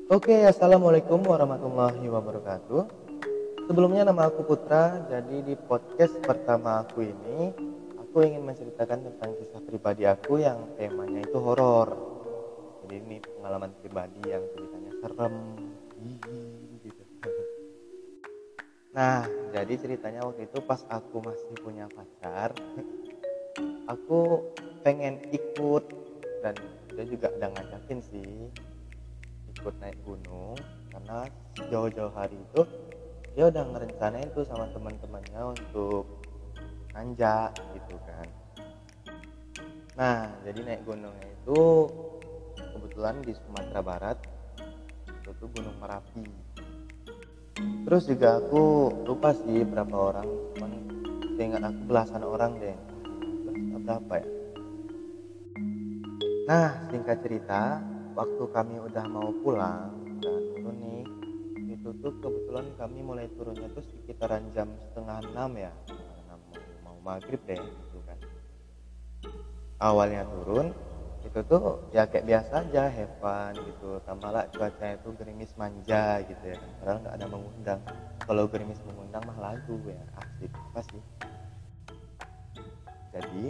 Oke, assalamualaikum warahmatullahi wabarakatuh. Sebelumnya nama aku Putra. Jadi di podcast pertama aku ini, aku ingin menceritakan tentang kisah pribadi aku yang temanya itu horor. Jadi ini pengalaman pribadi yang ceritanya serem, gitu. Nah, jadi ceritanya waktu itu pas aku masih punya pacar, aku pengen ikut dan dia juga udah ngajakin sih ikut naik gunung karena jauh-jauh hari itu dia udah ngerencanain tuh sama teman-temannya untuk nanjak gitu kan. Nah, jadi naik gunungnya itu kebetulan di Sumatera Barat, itu tuh Gunung Merapi. Terus juga aku lupa sih berapa orang, cuman seingat aku belasan orang deh, entah berapa ya. Nah, singkat cerita, waktu kami udah mau pulang, udah turun nih, itu tuh kebetulan kami mulai turunnya tuh sekitaran jam setengah enam ya, setengah enam mau maghrib deh gitu kan. Awalnya turun itu tuh ya kayak biasa aja, have fun gitu, tambah lah cuacanya itu gerimis manja gitu ya kan, padahal nggak ada mengundang. Kalau gerimis mengundang mah lagu ya asik apa sih. Jadi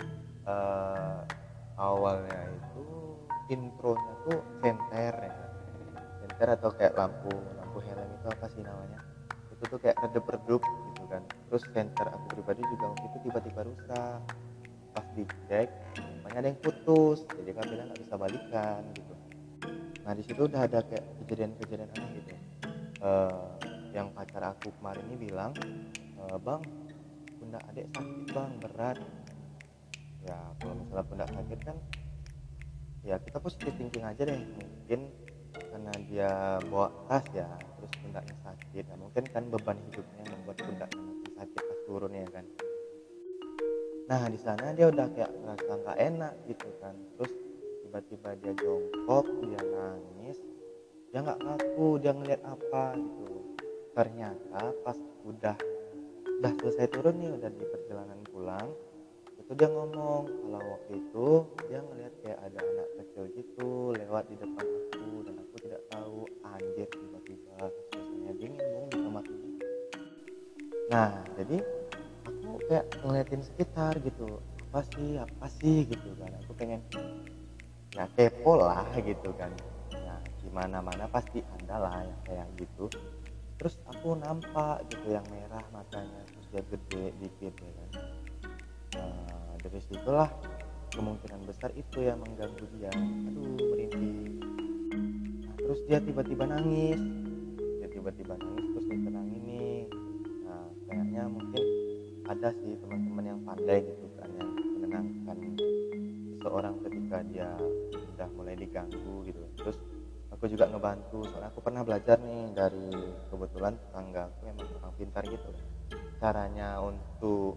eh, awalnya itu intronya tuh senter ya, senter atau kayak lampu lampu helm itu apa sih namanya, itu tuh kayak redup-redup gitu kan. Terus senter aku pribadi juga waktu itu tiba-tiba rusak, pas dicek rupanya ada yang putus, jadi kami bilang nggak bisa balikan gitu. Nah di situ udah ada kayak kejadian-kejadian aneh gitu. Eh, yang pacar aku kemarin ini bilang, bang, pundak adek sakit bang, berat. Ya kalau misalnya pundak sakit kan ya kita positif thinking aja deh, mungkin karena dia bawa tas ya terus pundaknya sakit, nah mungkin kan beban hidupnya yang membuat pundaknya makin sakit pas turun ya kan. Nah di sana dia udah kayak ngerasa nggak enak gitu kan, terus tiba-tiba dia jongkok, dia nangis, dia nggak ngaku dia ngeliat apa gitu. Ternyata pas udah selesai turun nih, udah di perjalanan pulang, itu dia ngomong kalau waktu itu dia ngeliat kayak ada anak kecil gitu lewat di depan aku dan aku tidak tahu. Anjir, tiba-tiba suasananya dingin dong di kamar ini. Nah jadi aku kayak ngeliatin sekitar gitu, apa sih gitu kan, aku pengen ya kepo lah gitu kan. Nah gimana mana pasti ada lah yang kayak gitu. Terus aku nampak gitu yang merah matanya, terus dia gede dikit ya kan. Dari situlah kemungkinan besar itu yang mengganggu dia. Aduh merinding. Nah, terus dia tiba-tiba nangis terus ditenangin nih. Nah kayaknya mungkin ada sih teman-teman yang pandai gitu kan, yang menenangkan seseorang ketika dia udah mulai diganggu gitu. Terus aku juga ngebantu, soalnya aku pernah belajar nih dari, kebetulan tetangga aku emang orang pintar gitu caranya untuk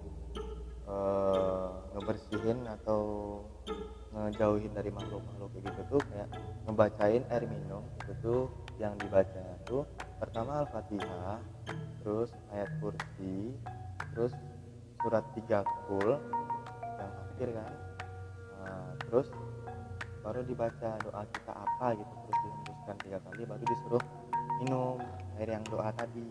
ngebersihin atau ngejauhin dari makhluk-makhluk kayak gitu tuh, kayak ngebacain air minum itu tuh, yang dibaca tuh pertama Al-Fatihah, terus ayat kursi, terus surat 3 kul yang akhir kan. Terus baru dibaca doa kita apa gitu, terus dihembuskan 3 kali baru disuruh minum air yang doa tadi.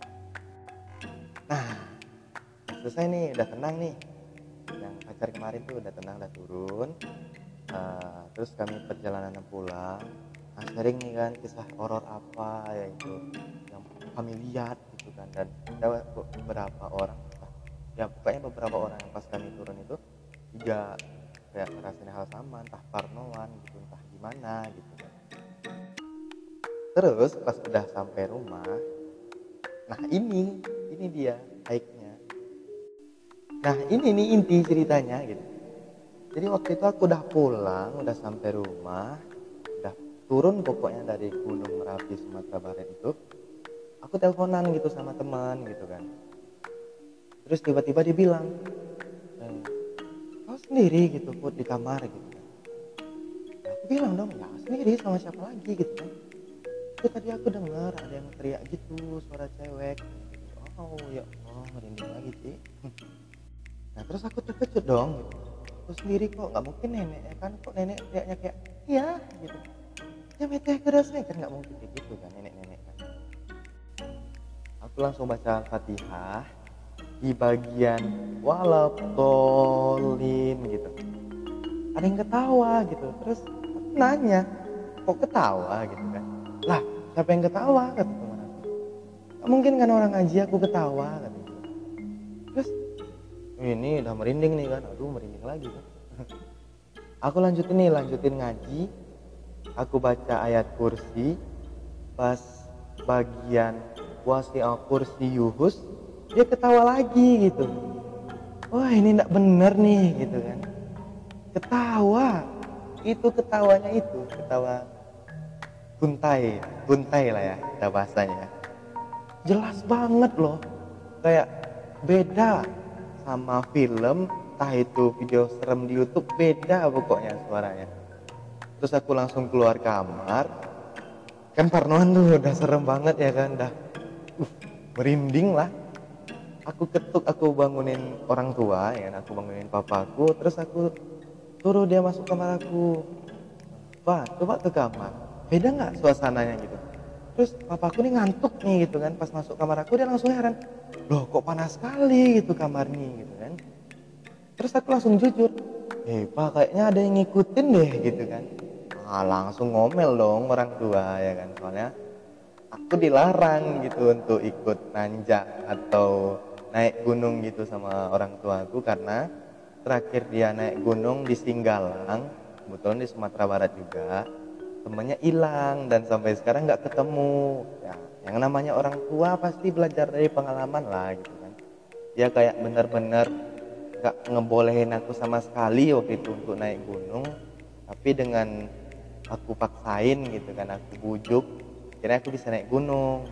Nah selesai nih, udah tenang nih, yang pacar kemarin tuh udah tenang, udah turun. Terus kami perjalanan pulang. Nah sering nih kan kisah horor apa yaitu yang kami lihat gitu kan, dan ada beberapa orang, ya pokoknya beberapa orang yang pas kami turun itu juga kayak ngerasain hal sama, entah parnoan gitu entah gimana gitu kan. Terus pas udah sampai rumah, nah ini dia haiknya. Nah ini nih inti ceritanya gitu. Jadi waktu itu aku udah pulang, udah sampai rumah, udah turun pokoknya dari Gunung Merapi Sumatera Barat itu. Aku teleponan gitu sama teman gitu kan. Terus tiba-tiba dia bilang, eh, kau sendiri gitu Put di kamar gitu kan. Ya, aku bilang dong, ya sendiri sama siapa lagi gitu kan. Itu tadi aku dengar ada yang teriak gitu, suara cewek. Oh ya Allah, merinding lagi sih. Nah terus aku terkejut dong gitu. Aku sendiri kok, nggak mungkin nenek ya kan, kok nenek teriaknya kayak iya gitu. ya meteh kerasnya kan nggak mungkin kayak gitu kan nenek-nenek kan. Aku langsung baca Al-Fatihah di bagian waladhdallin gitu. Ada yang ketawa gitu, terus aku nanya, kok ketawa gitu kan? Lah, siapa yang ketawa kata teman aku. Gak mungkin kan orang ngaji aku ketawa kata gitu. Terus ini udah merinding nih kan, aduh merinding lagi kan. Aku lanjutin ngaji. Aku baca ayat kursi, pas bagian wasi'al kursiyuhus dia ketawa lagi gitu. Wah ini nggak bener nih gitu kan. Ketawa, itu ketawanya itu ketawa guntai lah ya kita bahasanya. Jelas banget loh, kayak beda sama film, entah itu video serem di YouTube, beda pokoknya suaranya. Terus aku langsung keluar kamar, kan parnoan tuh udah serem banget ya kan, dah merinding lah. Aku ketuk, aku bangunin orang tua ya kan, aku bangunin papaku, terus aku suruh dia masuk kamar aku. Pak, coba ke kamar, beda nggak suasananya gitu. Terus papaku nih ngantuk nih gitu kan, pas masuk kamar aku dia langsung heran, loh kok panas sekali gitu kamar nih gitu kan. Terus aku langsung jujur, pak kayaknya ada yang ngikutin deh gitu kan. Langsung ngomel dong orang tua ya kan, soalnya aku dilarang gitu untuk ikut nanjak atau naik gunung gitu sama orang tuaku, karena terakhir dia naik gunung di Singgalang, kebetulan di Sumatera Barat juga, temennya hilang dan sampai sekarang nggak ketemu. Ya, yang namanya orang tua pasti belajar dari pengalaman lah gitu kan. Dia kayak bener-bener nggak ngebolehin aku sama sekali waktu itu untuk naik gunung, tapi dengan aku paksain gitu kan, aku bujuk, akhirnya aku bisa naik gunung.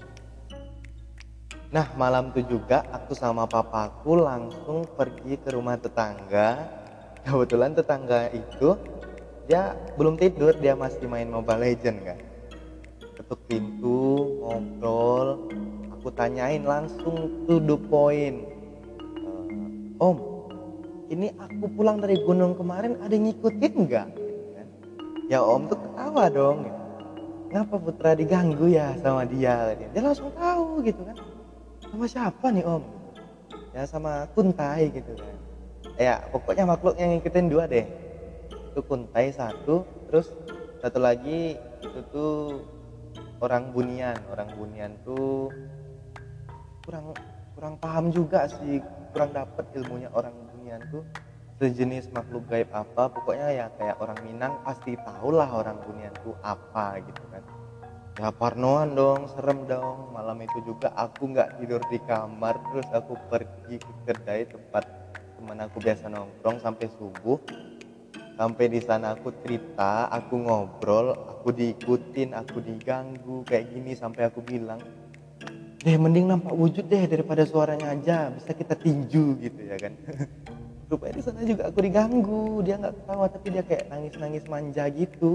Nah malam itu juga aku sama papaku langsung pergi ke rumah tetangga. Kebetulan tetangga itu dia belum tidur, dia masih main Mobile Legend kan. Ketuk pintu, ngobrol, aku tanyain langsung to the point. Om, ini aku pulang dari gunung kemarin ada yang ngikutin nggak? Gitu kan. Ya om tuh ketawa dong. Gitu. Ngapa Putra diganggu ya sama dia? Dia langsung tahu gitu kan. Sama siapa nih om? Ya sama Kuntai gitu kan. Ya pokoknya makhluk yang ngikutin dua deh. Itu Kuntai satu, terus satu lagi itu tuh orang Bunian tuh kurang kurang paham juga sih, kurang dapet ilmunya orang Bunian tuh sejenis makhluk gaib apa. Pokoknya ya kayak orang Minang pasti tahulah orang Bunian tuh apa gitu kan. Ya parnoan dong, serem dong. Malam itu juga aku nggak tidur di kamar, terus aku pergi ke kedai tempat teman aku biasa nongkrong sampai subuh. Sampai di sana aku cerita, aku ngobrol, aku diikutin, aku diganggu kayak gini sampai aku bilang, deh mending nampak wujud deh daripada suaranya aja, bisa kita tinju gitu ya kan. Rupanya di sana juga aku diganggu, dia nggak ketawa tapi dia kayak nangis manja gitu.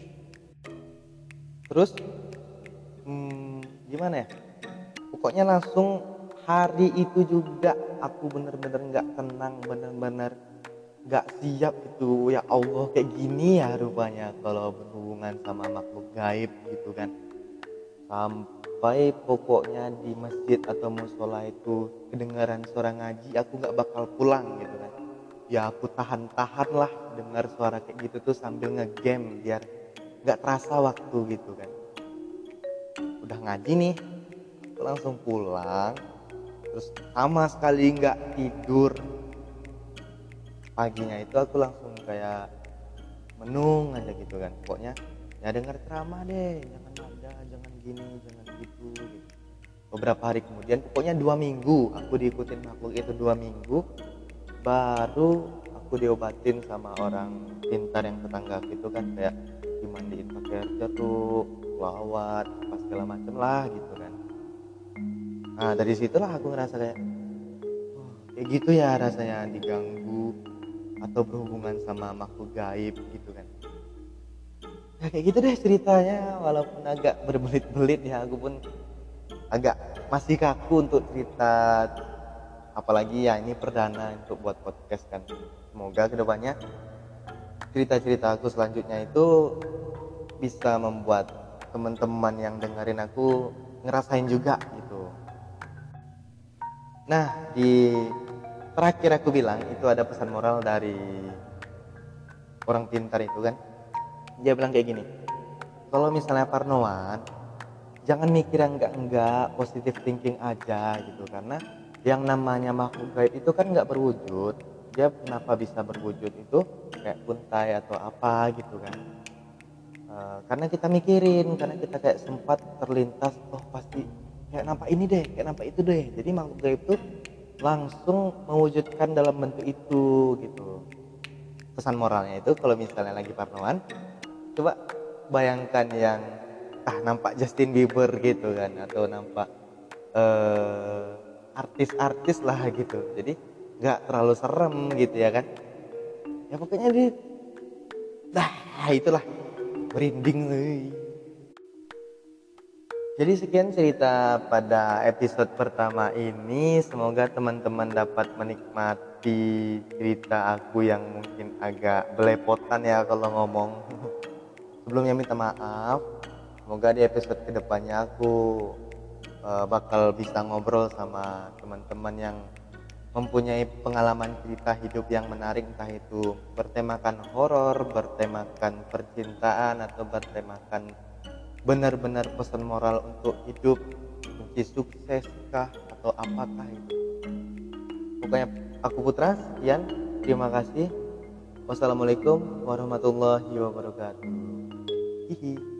Terus gimana ya, pokoknya langsung hari itu juga aku bener-bener nggak tenang, bener-bener nggak siap gitu. Ya Allah, kayak gini ya rupanya kalau berhubungan sama makhluk gaib gitu kan. Sampai pokoknya di masjid atau musola itu kedengaran suara ngaji, aku nggak bakal pulang gitu kan. Ya aku tahan-tahan lah dengar suara kayak gitu tuh sambil ngegame biar nggak terasa waktu gitu kan. Udah ngaji nih, aku langsung pulang, terus sama sekali nggak tidur. Paginya itu aku langsung kayak menung aja gitu kan, pokoknya ya dengar ceramah deh, jangan ada, jangan gini, jangan gitu. Beberapa hari kemudian, pokoknya 2 minggu aku diikutin makhluk itu, 2 minggu baru aku diobatin sama orang pintar yang tetangga itu kan, kayak dimandiin pakai air jeruk, lawat, apa segala macem lah gitu kan. Nah dari situlah aku ngerasa kayak, oh, kayak gitu ya rasanya diganggu atau berhubungan sama makhluk gaib gitu kan. Ya kayak gitu deh ceritanya, walaupun agak berbelit-belit ya, aku pun agak masih kaku untuk cerita, apalagi ya ini perdana untuk buat podcast kan. Semoga kedepannya cerita-cerita aku selanjutnya itu bisa membuat teman-teman yang dengerin aku ngerasain juga gitu. Nah, di terakhir aku bilang itu ada pesan moral dari orang pintar itu kan. Dia bilang kayak gini, kalau misalnya parnoan, jangan mikir yang enggak, positive thinking aja gitu. Karena yang namanya makhluk gaib itu kan nggak berwujud. Dia kenapa bisa berwujud itu kayak kuntai atau apa gitu kan. Karena kita mikirin, karena kita kayak sempat terlintas, oh pasti kayak nampak ini deh, kayak nampak itu deh. Jadi makhluk gaib itu langsung mewujudkan dalam bentuk itu gitu. Pesan moralnya itu kalau misalnya lagi parnoan, coba bayangkan yang nampak Justin Bieber gitu kan, atau nampak artis-artis lah gitu. Jadi nggak terlalu serem gitu ya kan. Ya pokoknya itulah merinding euy. Jadi sekian cerita pada episode pertama ini. Semoga teman-teman dapat menikmati cerita aku yang mungkin agak belepotan ya kalau ngomong. Sebelumnya minta maaf. Semoga di episode kedepannya aku bakal bisa ngobrol sama teman-teman yang mempunyai pengalaman cerita hidup yang menarik, entah itu bertemakan horor, bertemakan percintaan, atau bertemakan benar-benar pesan moral untuk hidup, kunci sukses kah atau apakah itu. Pokoknya aku Putra, sekian, terima kasih. Wassalamualaikum warahmatullahi wabarakatuh. Hihi.